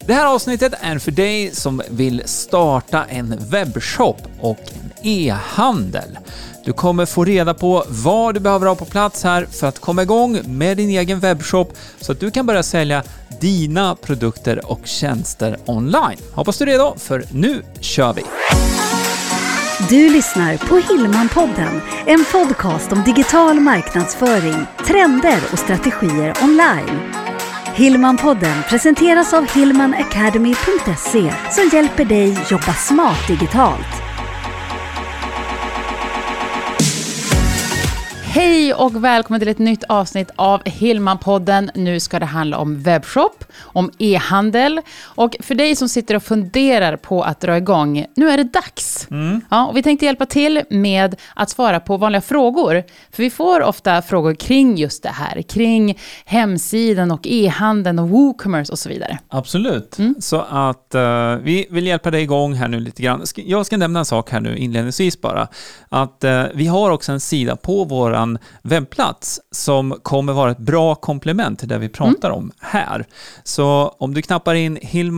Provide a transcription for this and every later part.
Det här avsnittet är för dig som vill starta en webbshop och en e-handel. Du kommer få reda på vad du behöver ha på plats här för att komma igång med din egen webbshop så att du kan börja sälja dina produkter och tjänster online. Hoppas du är redo, för nu kör vi! Du lyssnar på Hillman-podden, en podcast om digital marknadsföring, trender och strategier online. Hillman-podden presenteras av hillmanacademy.se som hjälper dig jobba smart digitalt. Hej och välkommen till ett nytt avsnitt av Hillman-podden. Nu ska det handla om webbshop, om e-handel. Och för dig som sitter och funderar på att dra igång, nu är det dags. Ja, och vi tänkte hjälpa till med att svara på vanliga frågor. För vi får ofta frågor kring just det här. Kring hemsidan och e-handeln och WooCommerce och så vidare. Absolut. Så att vi vill hjälpa dig igång här nu lite grann. Jag ska nämna en sak här nu inledningsvis bara. Att vi har också en sida på våran webbplats som kommer vara ett bra komplement till det vi pratar om här. Så om du knappar in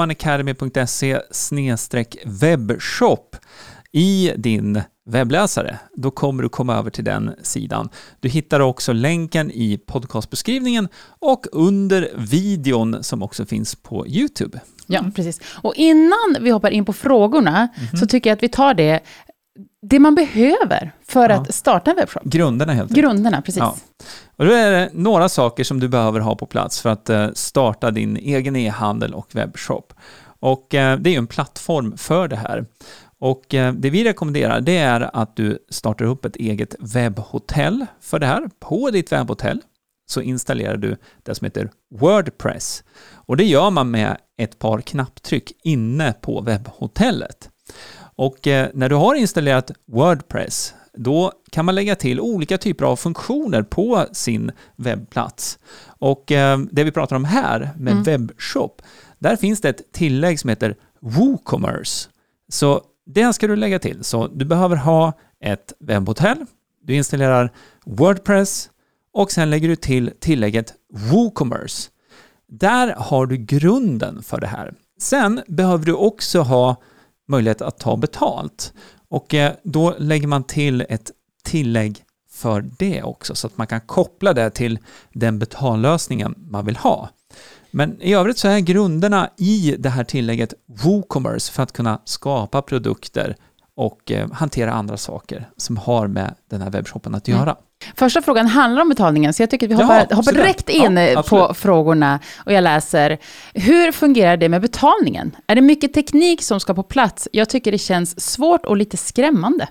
hillmanacademy.se/webbshop i din webbläsare, då kommer du komma över till den sidan. Du hittar också länken i podcastbeskrivningen och under videon som också finns på YouTube. Ja, precis. Och innan vi hoppar in på frågorna så tycker jag att vi tar det man behöver för att starta en webbshop. Grunderna helt enkelt. Grunderna, precis. Ja. Och då är det några saker som du behöver ha på plats för att starta din egen e-handel och webbshop. Och det är ju en plattform för det här. Och det vi rekommenderar, det är att du startar upp ett eget webbhotell för det här. På ditt webbhotell så installerar du det som heter WordPress. Och det gör man med ett par knapptryck inne på webbhotellet. Och när du har installerat WordPress, då kan man lägga till olika typer av funktioner på sin webbplats. Och det vi pratar om här med webbshop, där finns det ett tillägg som heter WooCommerce. Så det ska du lägga till. Så du behöver ha ett webbhotell, du installerar WordPress och sen lägger du till tillägget WooCommerce. Där har du grunden för det här. Sen behöver du också ha möjlighet att ta betalt. Och då lägger man till ett tillägg för det också så att man kan koppla det till den betallösningen man vill ha. Men i övrigt så är grunderna i det här tillägget WooCommerce för att kunna skapa produkter och hantera andra saker som har med den här webbshoppen att göra. Första frågan handlar om betalningen, så jag tycker att vi hoppar direkt in på frågorna. Och jag läser, hur fungerar det med betalningen? Är det mycket teknik som ska på plats? Jag tycker det känns svårt och lite skrämmande.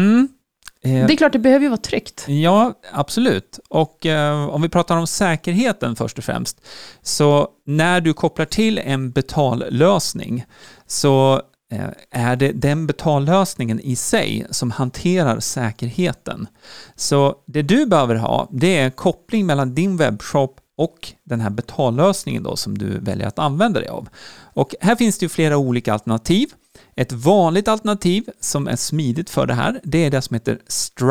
Det är klart, det behöver ju vara tryggt. Ja, absolut. Och om vi pratar om säkerheten först och främst, så när du kopplar till en betallösning så är det den betallösningen i sig som hanterar säkerheten. Så det du behöver ha, det är en koppling mellan din webbshop och den här betallösningen då som du väljer att använda dig av. Och här finns det ju flera olika alternativ. Ett vanligt alternativ som är smidigt för det här, det är det som heter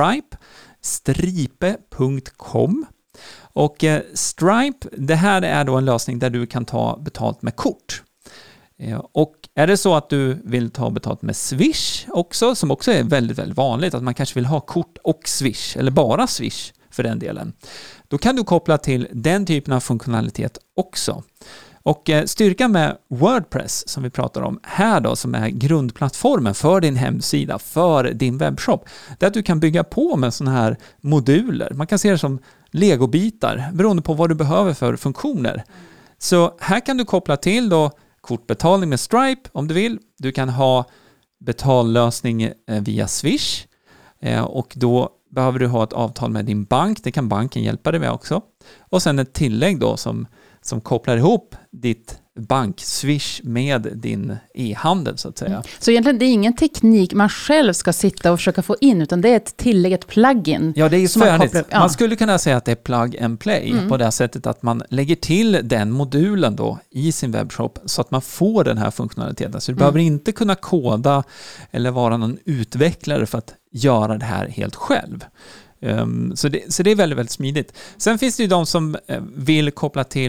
stripe.com. Och Stripe, det här är då en lösning där du kan ta betalt med kort. Och är det så att du vill ta betalt med Swish också, som också är väldigt, väldigt vanligt, att man kanske vill ha kort och Swish, eller bara Swish för den delen, då kan du koppla till den typen av funktionalitet också. Och styrkan med WordPress som vi pratar om här då, som är grundplattformen för din hemsida, för din webbshop, det är att du kan bygga på med sådana här moduler. Man kan se det som legobitar beroende på vad du behöver för funktioner. Så här kan du koppla till då kortbetalning med Stripe om du vill. Du kan ha betallösning via Swish och då behöver du ha ett avtal med din bank. Det kan banken hjälpa dig med också. Och sen ett tillägg då som kopplar ihop ditt bank-Swish med din e-handel så att säga. Så egentligen det är ingen teknik man själv ska sitta och försöka få in, utan det är ett tillägg, ett plugin. Ja, det är färdigt. Man skulle kunna säga att det är plug and play på det sättet att man lägger till den modulen då i sin webbshop så att man får den här funktionaliteten. Så du behöver inte kunna koda eller vara någon utvecklare för att göra det här helt själv. Så det är väldigt, väldigt smidigt. Sen finns det ju de som vill koppla till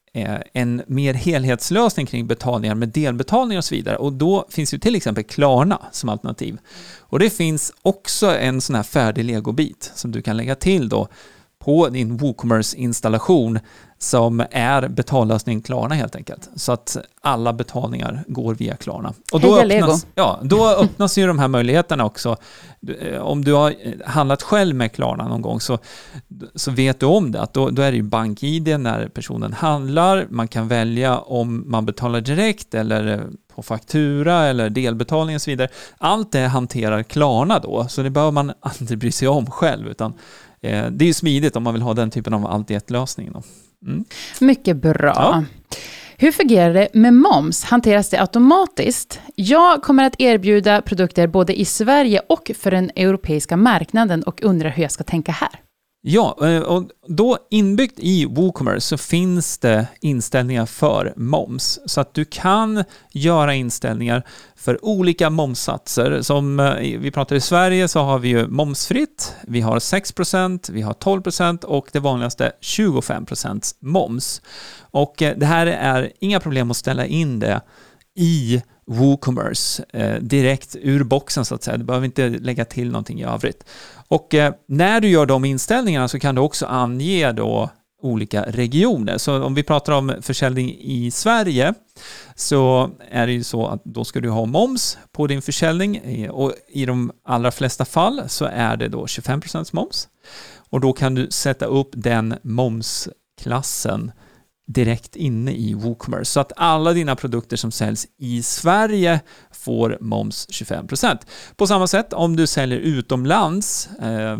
en mer helhetslösning kring betalningar med delbetalningar och så vidare. Och då finns ju till exempel Klarna som alternativ. Och det finns också en sån här färdig legobit som du kan lägga till då på din WooCommerce-installation som är betallösning Klarna helt enkelt. Så att alla betalningar går via Klarna. Och då öppnas ju de här möjligheterna också. Om du har handlat själv med Klarna någon gång så vet du om det. Att då är det ju BankID när personen handlar. Man kan välja om man betalar direkt eller på faktura eller delbetalning och så vidare. Allt det hanterar Klarna då. Så det behöver man aldrig bry sig om själv, utan det är ju smidigt om man vill ha den typen av allt-i-ett-lösning. Mycket bra. Ja. Hur fungerar det med moms? Hanteras det automatiskt? Jag kommer att erbjuda produkter både i Sverige och för den europeiska marknaden och undrar hur jag ska tänka här. Ja, och då inbyggt i WooCommerce så finns det inställningar för moms. Så att du kan göra inställningar för olika momssatser. Som vi pratar i Sverige så har vi ju momsfritt. Vi har 6%, vi har 12% och det vanligaste 25% moms. Och det här är inga problem att ställa in det i WooCommerce direkt ur boxen så att säga. Du behöver inte lägga till någonting i övrigt. Och när du gör de inställningarna så kan du också ange då olika regioner. Så om vi pratar om försäljning i Sverige så är det ju så att då ska du ha moms på din försäljning och i de allra flesta fall så är det då 25% moms. Och då kan du sätta upp den momsklassen direkt inne i WooCommerce så att alla dina produkter som säljs i Sverige får moms 25%. På samma sätt om du säljer utomlands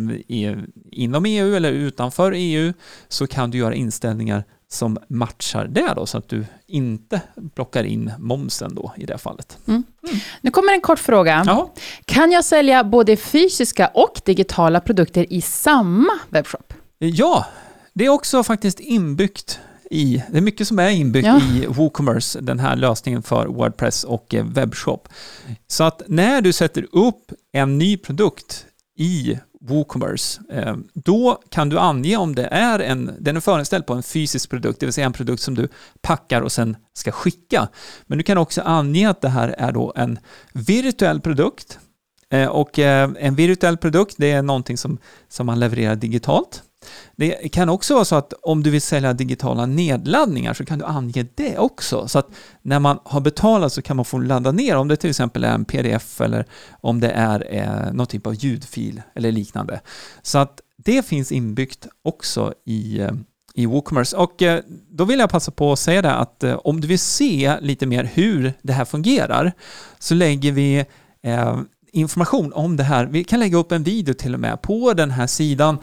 inom EU eller utanför EU så kan du göra inställningar som matchar det då, så att du inte plockar in momsen då i det fallet. Nu kommer en kort fråga. Jaha. Kan jag sälja både fysiska och digitala produkter i samma webbshop? Ja, det är också faktiskt inbyggt det är mycket som är inbyggt i WooCommerce, den här lösningen för WordPress och webbshop. Så att när du sätter upp en ny produkt i WooCommerce, då kan du ange om den är föreställd på en fysisk produkt, det vill säga en produkt som du packar och sen ska skicka. Men du kan också ange att det här är då en virtuell produkt. Och en virtuell produkt, det är någonting som man levererar digitalt. Det kan också vara så att om du vill sälja digitala nedladdningar så kan du ange det också. Så att när man har betalat så kan man få ladda ner om det till exempel är en pdf eller om det är någon typ av ljudfil eller liknande. Så att det finns inbyggt också i WooCommerce. Och då vill jag passa på att säga det att om du vill se lite mer hur det här fungerar så lägger vi information om det här. Vi kan lägga upp en video till och med på den här sidan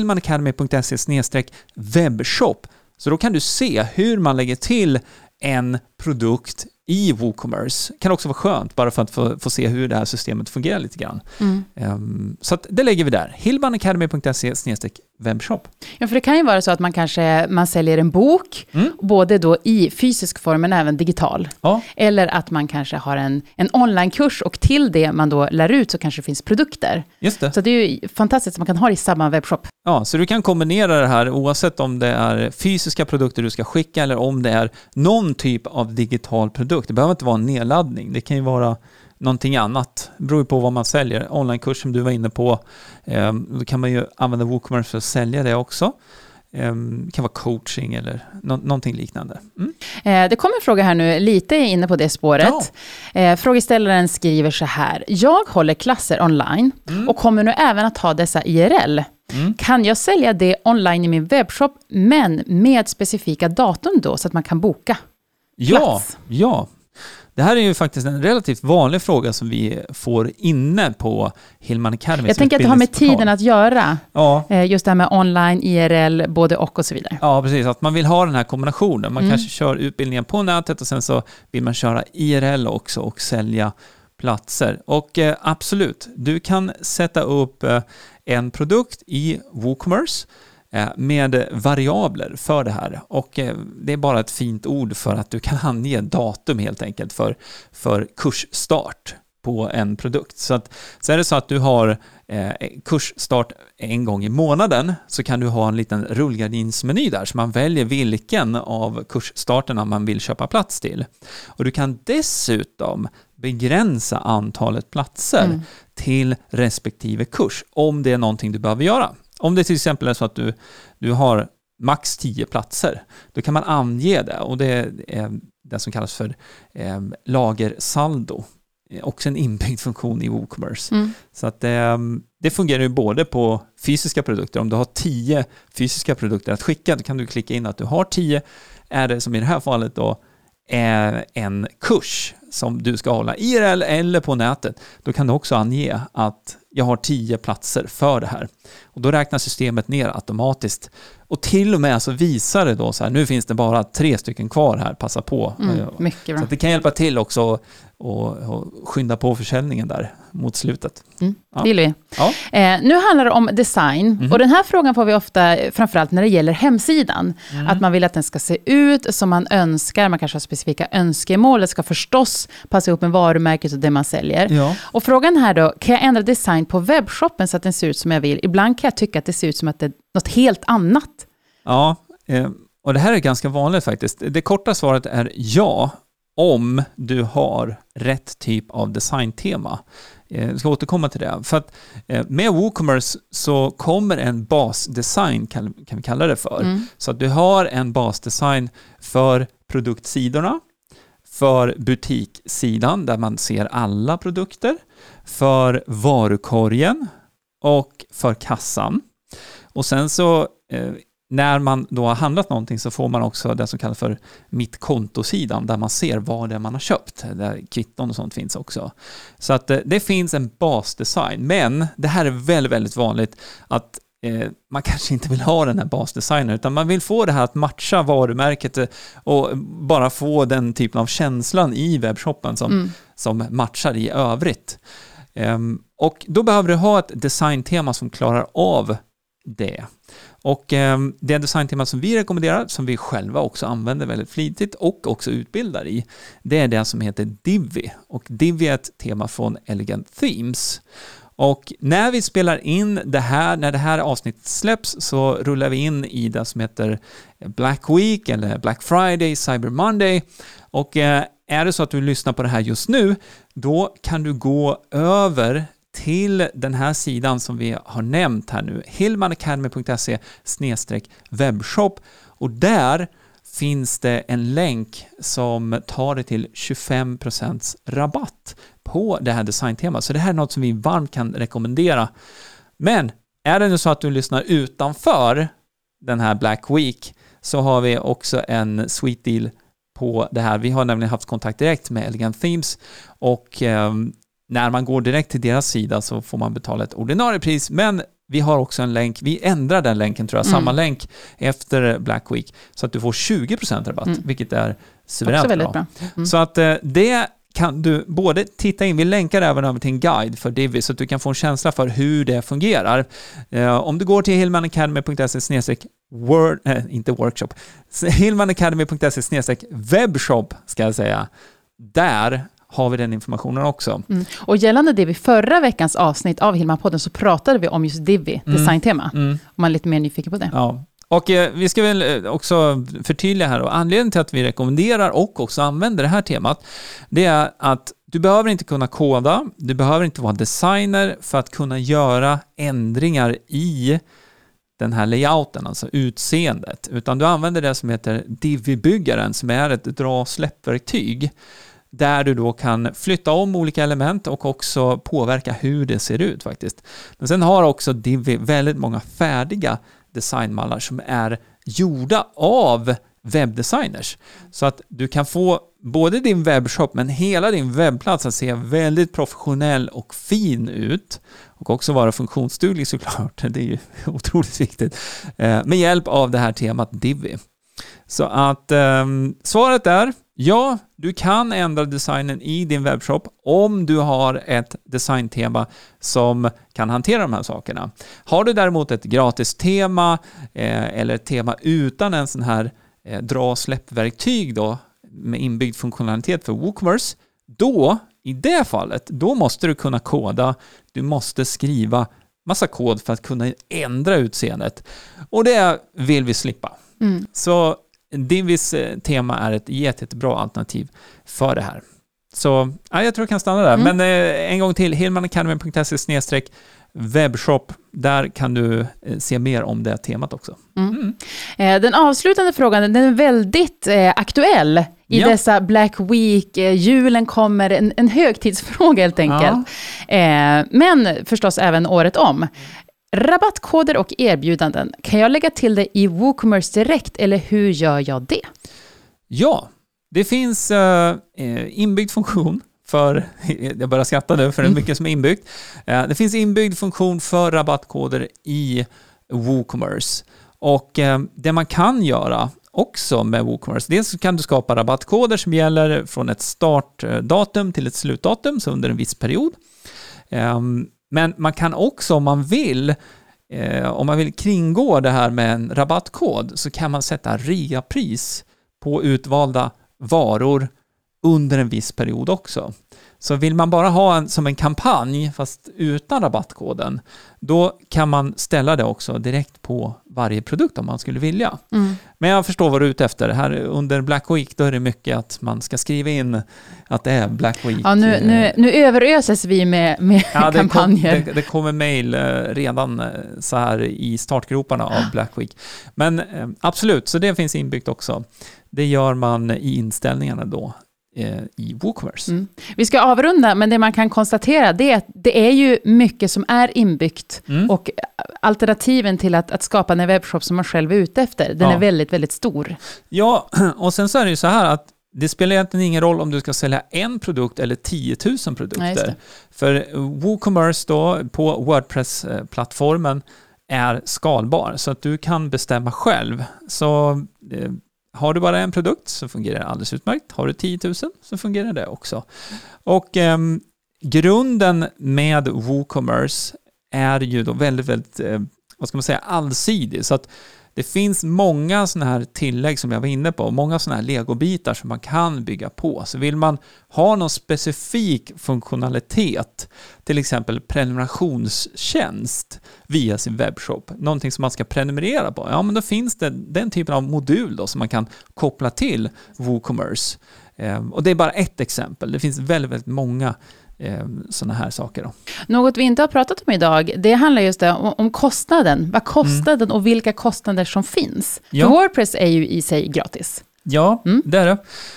hillmanacademy.se/webbshop. Så då kan du se hur man lägger till en produkt i WooCommerce. Kan också vara skönt bara för att få se hur det här systemet fungerar lite grann. Så att det lägger vi där. hillmanacademy.se/webbshop. Ja, för det kan ju vara så att man säljer en bok både då i fysisk form men även digital. Ja. Eller att man kanske har en onlinekurs och till det man då lär ut så kanske det finns produkter. Just det. Så det är ju fantastiskt att man kan ha det i samma webbshop. Ja, så du kan kombinera det här oavsett om det är fysiska produkter du ska skicka eller om det är någon typ av digital produkt. Det behöver inte vara en nedladdning. Det kan ju vara någonting annat. Det beror på vad man säljer. Onlinekurs som du var inne på. Då kan man ju använda WooCommerce för att sälja det också. Det kan vara coaching eller någonting liknande. Det kommer en fråga här nu, lite inne på det spåret. Ja. Frågeställaren skriver så här. Jag håller klasser online och kommer nu även att ha dessa IRL. Kan jag sälja det online i min webbshop men med specifika datum då så att man kan boka plats? Ja. Det här är ju faktiskt en relativt vanlig fråga som vi får inne på Hillman Academy. Jag tänker att det har med tiden att göra. Ja. Just det här med online, IRL, både och så vidare. Ja, precis. Att man vill ha den här kombinationen. Man kanske kör utbildningen på nätet och sen så vill man köra IRL också och sälja platser. Och absolut, du kan sätta upp en produkt i WooCommerce med variabler för det här. Och det är bara ett fint ord för att du kan ange datum helt enkelt för kursstart. på en produkt. Så är det så att du har kursstart en gång i månaden, så kan du ha en liten rullgardinsmeny där, så man väljer vilken av kursstarterna man vill köpa plats till. Och du kan dessutom begränsa antalet platser till respektive kurs om det är någonting du behöver göra. Om det till exempel är så att du har max 10 platser, då kan man ange det, och det är det som kallas för lagersaldo. Också en inbyggd funktion i WooCommerce. Så att det fungerar ju både på fysiska produkter. Om du har 10 fysiska produkter att skicka, då kan du klicka in att du har 10. Är det som i det här fallet då en kurs som du ska hålla IRL eller på nätet, då kan du också ange att jag har 10 platser för det här. Och då räknar systemet ner automatiskt. Och till och med så visar det då så här, nu finns det bara 3 stycken kvar här, passa på. Mycket bra. Så att det kan hjälpa till också och skynda på försäljningen där mot slutet. Det vill vi. Ja. Nu handlar det om design. Och den här frågan får vi ofta, framförallt när det gäller hemsidan. Att man vill att den ska se ut som man önskar. Man kanske har specifika önskemål. Det ska förstås passa ihop med varumärket och det man säljer. Ja. Och frågan här då, kan jag ändra design på webbshoppen så att den ser ut som jag vill? Ibland kan jag tycka att det ser ut som att det är något helt annat. Ja, och det här är ganska vanligt faktiskt. Det korta svaret är ja, om du har rätt typ av designtema. Jag ska återkomma till det. För att med WooCommerce så kommer en basdesign, kan vi kalla det för. Så att du har en basdesign för produktsidorna, för butikssidan där man ser alla produkter, för varukorgen och för kassan. Och sen så när man då har handlat någonting så får man också det som kallas för mitt kontosidan, där man ser vad det är man har köpt. Där kvitton och sånt finns också. Så att det finns en basdesign. Men det här är väldigt, väldigt vanligt att man kanske inte vill ha den här basdesignen, utan man vill få det här att matcha varumärket och bara få den typen av känslan i webbshoppen som matchar i övrigt. Och då behöver du ha ett designtema som klarar av det. Och det designtema som vi rekommenderar, som vi själva också använder väldigt flitigt och också utbildar i, det är det som heter Divi. Och Divi är ett tema från Elegant Themes. Och när vi spelar in det här, när det här avsnittet släpps, så rullar vi in i det som heter Black Week eller Black Friday, Cyber Monday. Och är det så att du lyssnar på det här just nu, då kan du gå över till den här sidan som vi har nämnt här nu, hillmanacademy.se/webbshop, och där finns det en länk som tar dig till 25% rabatt på det här designtemat. Så det här är något som vi varmt kan rekommendera. Men är det nu så att du lyssnar utanför den här Black Week, så har vi också en sweet deal på det här. Vi har nämligen haft kontakt direkt med Elegant Themes, och när man går direkt till deras sida så får man betala ett ordinarie pris, men vi har också en länk, vi ändrar den länken tror jag, samma länk efter Black Week, så att du får 20% rabatt, vilket är suveränt bra. Så att det kan du både titta in, vi länkar även över till en guide för Divi så att du kan få en känsla för hur det fungerar. Om du går till hillmanacademy.se/webbshop ska jag säga, där har vi den informationen också. Och gällande Divi, förra veckans avsnitt av Hillman-podden så pratade vi om just Divi, designtema. Om man är lite mer nyfiken på det. Ja. Och vi ska väl också förtydliga här, och anledningen till att vi rekommenderar och också använder det här temat, det är att du behöver inte kunna koda, du behöver inte vara designer för att kunna göra ändringar i den här layouten, alltså utseendet, utan du använder det som heter Divi-byggaren, som är ett dra- och släppverktyg, där du då kan flytta om olika element och också påverka hur det ser ut faktiskt. Men sen har också Divi väldigt många färdiga designmallar som är gjorda av webbdesigners. Så att du kan få både din webbshop men hela din webbplats att se väldigt professionell och fin ut, och också vara funktionsduglig såklart. Det är ju otroligt viktigt. Med hjälp av det här temat Divi. Så att svaret är ja, du kan ändra designen i din webbshop om du har ett designtema som kan hantera de här sakerna. Har du däremot ett gratis tema eller ett tema utan en sån här dra- och släppverktyg då, med inbyggd funktionalitet för WooCommerce, då i det fallet, då måste du kunna koda. Du måste skriva massa kod för att kunna ändra utseendet. Och det vill vi slippa. Så Divis tema är ett jättebra alternativ för det här. Så jag tror jag kan stanna där. Men en gång till, hillmanacademy.se/webbshop. Där kan du se mer om det temat också. Den avslutande frågan, den är väldigt aktuell i dessa Black Week. Julen kommer, en högtidsfråga helt enkelt. Men förstås även året om. Rabattkoder och erbjudanden. Kan jag lägga till det i WooCommerce direkt eller hur gör jag det? Ja, det finns inbyggd funktion för, jag börjar skratta nu för det är mycket som är inbyggt. Det finns inbyggd funktion för rabattkoder i WooCommerce. Och det man kan göra också med WooCommerce, dels så kan du skapa rabattkoder som gäller från ett startdatum till ett slutdatum, så under en viss period. Men man kan också, om man vill kringgå det här med en rabattkod, så kan man sätta reapris på utvalda varor under en viss period också. Så vill man bara ha som en kampanj fast utan rabattkoden, då kan man ställa det också direkt på varje produkt om man skulle vilja. Men jag förstår vad du är ute efter. Här under Black Week då är det mycket att man ska skriva in att det är Black Week. Ja, nu överöses vi med kampanjer. Det kommer mejl redan så här i startgroparna av Black Week. Men absolut, så det finns inbyggt också. Det gör man i inställningarna då i WooCommerce. Vi ska avrunda, men det man kan konstatera det är att det är ju mycket som är inbyggt och alternativen till att skapa en webbshop som man själv är ute efter, den är väldigt, väldigt stor. Ja, och sen så är det ju så här att det spelar egentligen ingen roll om du ska sälja en produkt eller 10 000 produkter. Nej, för WooCommerce då på WordPress-plattformen är skalbar så att du kan bestämma själv. Så har du bara en produkt så fungerar det alldeles utmärkt. Har du 10 000 så fungerar det också. Och grunden med WooCommerce är ju då väldigt, väldigt allsidig. Så att det finns många sådana här tillägg som jag var inne på. Många sådana här legobitar som man kan bygga på. Så vill man ha någon specifik funktionalitet, till exempel prenumerationstjänst via sin webbshop, någonting som man ska prenumerera på, ja men då finns det den typen av modul då som man kan koppla till WooCommerce. Och det är bara ett exempel. Det finns väldigt, väldigt många sådana här saker då. Något vi inte har pratat om idag, det handlar just om kostnaden. Vad kostar den och vilka kostnader som finns? Ja. För WordPress är ju i sig gratis. Ja, det är det.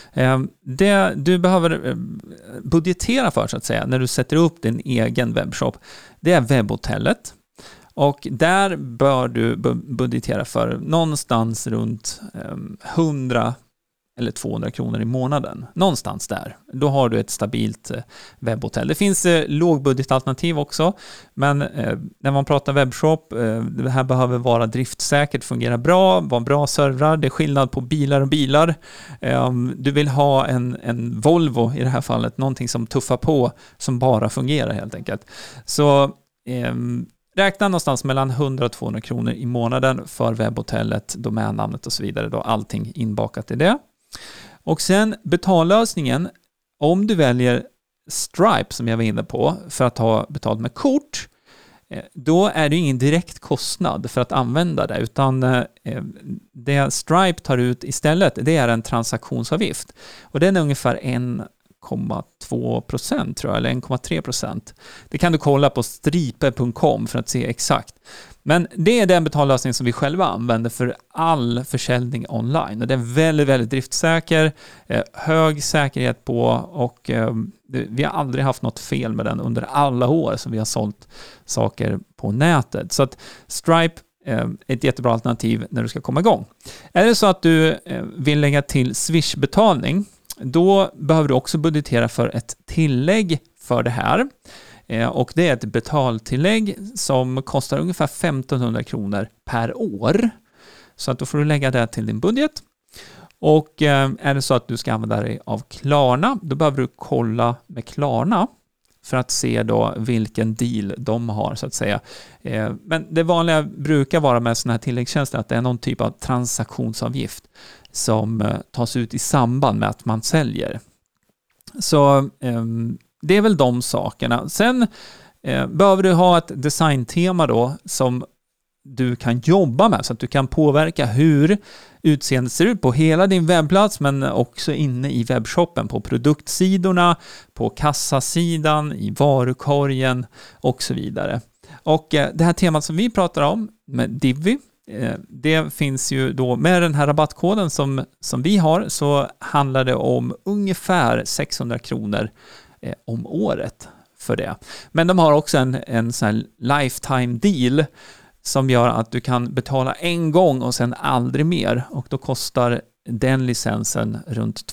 Det du behöver budgetera för så att säga när du sätter upp din egen webbshop, det är webbhotellet. Och där bör du budgetera för någonstans runt 100 eller 200 kronor i månaden. Någonstans där. Då har du ett stabilt webbhotell. Det finns lågbudgetalternativ också. Men när man pratar webbshop, det här behöver vara driftsäkert, fungera bra, vara bra servrar. Det är skillnad på bilar och bilar. Du vill ha en Volvo i det här fallet. Någonting som tuffar på, som bara fungerar helt enkelt. Så räkna någonstans mellan 100 och 200 kronor i månaden för webbhotellet, domännamnet och så vidare. Då allting inbakat i det. Och sen betallösningen, om du väljer Stripe som jag var inne på för att ha betalt med kort, då är det ingen direkt kostnad för att använda det, utan det Stripe tar ut istället, det är en transaktionsavgift. Och den är ungefär 1,2% tror jag, eller 1,3%. Det kan du kolla på stripe.com för att se exakt. Men det är den betallösning som vi själva använder för all försäljning online. Och det är väldigt, väldigt driftsäker, hög säkerhet på och vi har aldrig haft något fel med den under alla år som vi har sålt saker på nätet. Så att Stripe är ett jättebra alternativ när du ska komma igång. Är det så att du vill lägga till Swish-betalning, då behöver du också budgetera för ett tillägg för det här. Och det är ett betaltillägg som kostar ungefär 1500 kronor per år. Så att då får du lägga det till din budget. Och är det så att du ska använda dig av Klarna, då behöver du kolla med Klarna för att se då vilken deal de har så att säga. Men det vanliga brukar vara med sådana här tilläggstjänster att det är någon typ av transaktionsavgift som tas ut i samband med att man säljer. Så det är väl de sakerna. Sen behöver du ha ett designtema då som du kan jobba med så att du kan påverka hur utseendet ser ut på hela din webbplats, men också inne i webbshoppen, på produktsidorna, på kassasidan, i varukorgen och så vidare. Och det här temat som vi pratar om med Divi, det finns ju då med den här rabattkoden som vi har, så handlar det om ungefär 600 kronor om året för det. Men de har också en sån här lifetime deal som gör att du kan betala en gång och sen aldrig mer, och då kostar den licensen runt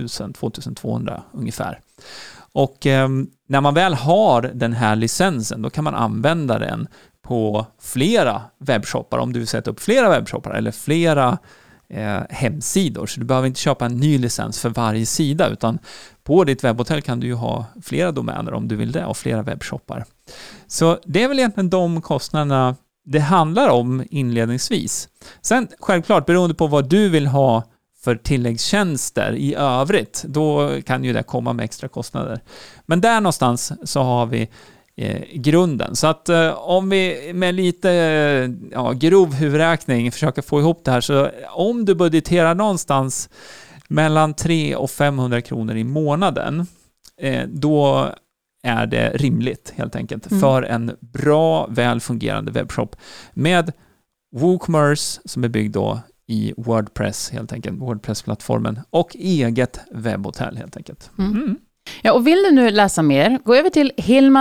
2200 ungefär. Och när man väl har den här licensen, då kan man använda den på flera webbshoppar, om du vill sätta upp flera webbshoppar eller flera hemsidor. Så du behöver inte köpa en ny licens för varje sida, utan på ditt webbhotell kan du ju ha flera domäner om du vill det, och flera webbshoppar. Så det är väl egentligen de kostnaderna det handlar om inledningsvis. Sen självklart, beroende på vad du vill ha för tilläggstjänster i övrigt, då kan ju det komma med extra kostnader. Men där någonstans så har vi grunden. Så att om vi med lite grov huvudräkning försöker få ihop det här, så om du budgeterar någonstans mellan 300 och 500 kronor i månaden, då är det rimligt helt enkelt för en bra, välfungerande webbshop med WooCommerce som är byggd då i WordPress helt enkelt, WordPress-plattformen, och eget webbhotell helt enkelt. Ja, och vill du nu läsa mer, gå över till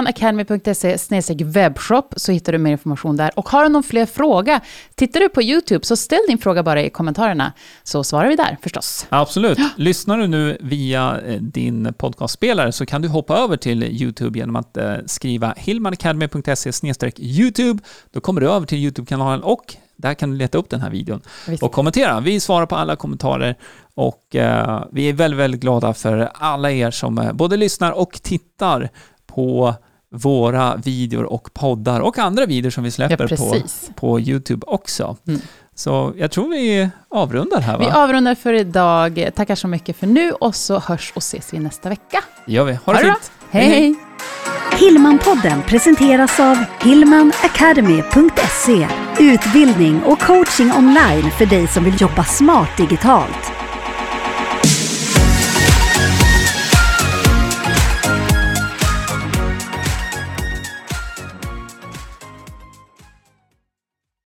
hillmanacademy.se/webbshop så hittar du mer information där. Och har du någon fler fråga, tittar du på YouTube så ställ din fråga bara i kommentarerna, så svarar vi där förstås. Absolut. Lyssnar du nu via din podcastspelare så kan du hoppa över till YouTube genom att skriva hillmanacademy.se/YouTube. Då kommer du över till YouTube-kanalen och där kan du leta upp den här videon och kommentera. Vi svarar på alla kommentarer och vi är väldigt, väldigt glada för alla er som både lyssnar och tittar på våra videor och poddar och andra videor som vi släpper på YouTube också. Så jag tror vi avrundar här, va? Vi avrundar för idag. Tackar så mycket för nu och så hörs och ses vi nästa vecka. Gör vi. Ha det fint. Hej! Hillmanpodden presenteras av hillmanacademy.se. Utbildning och coaching online för dig som vill jobba smart digitalt.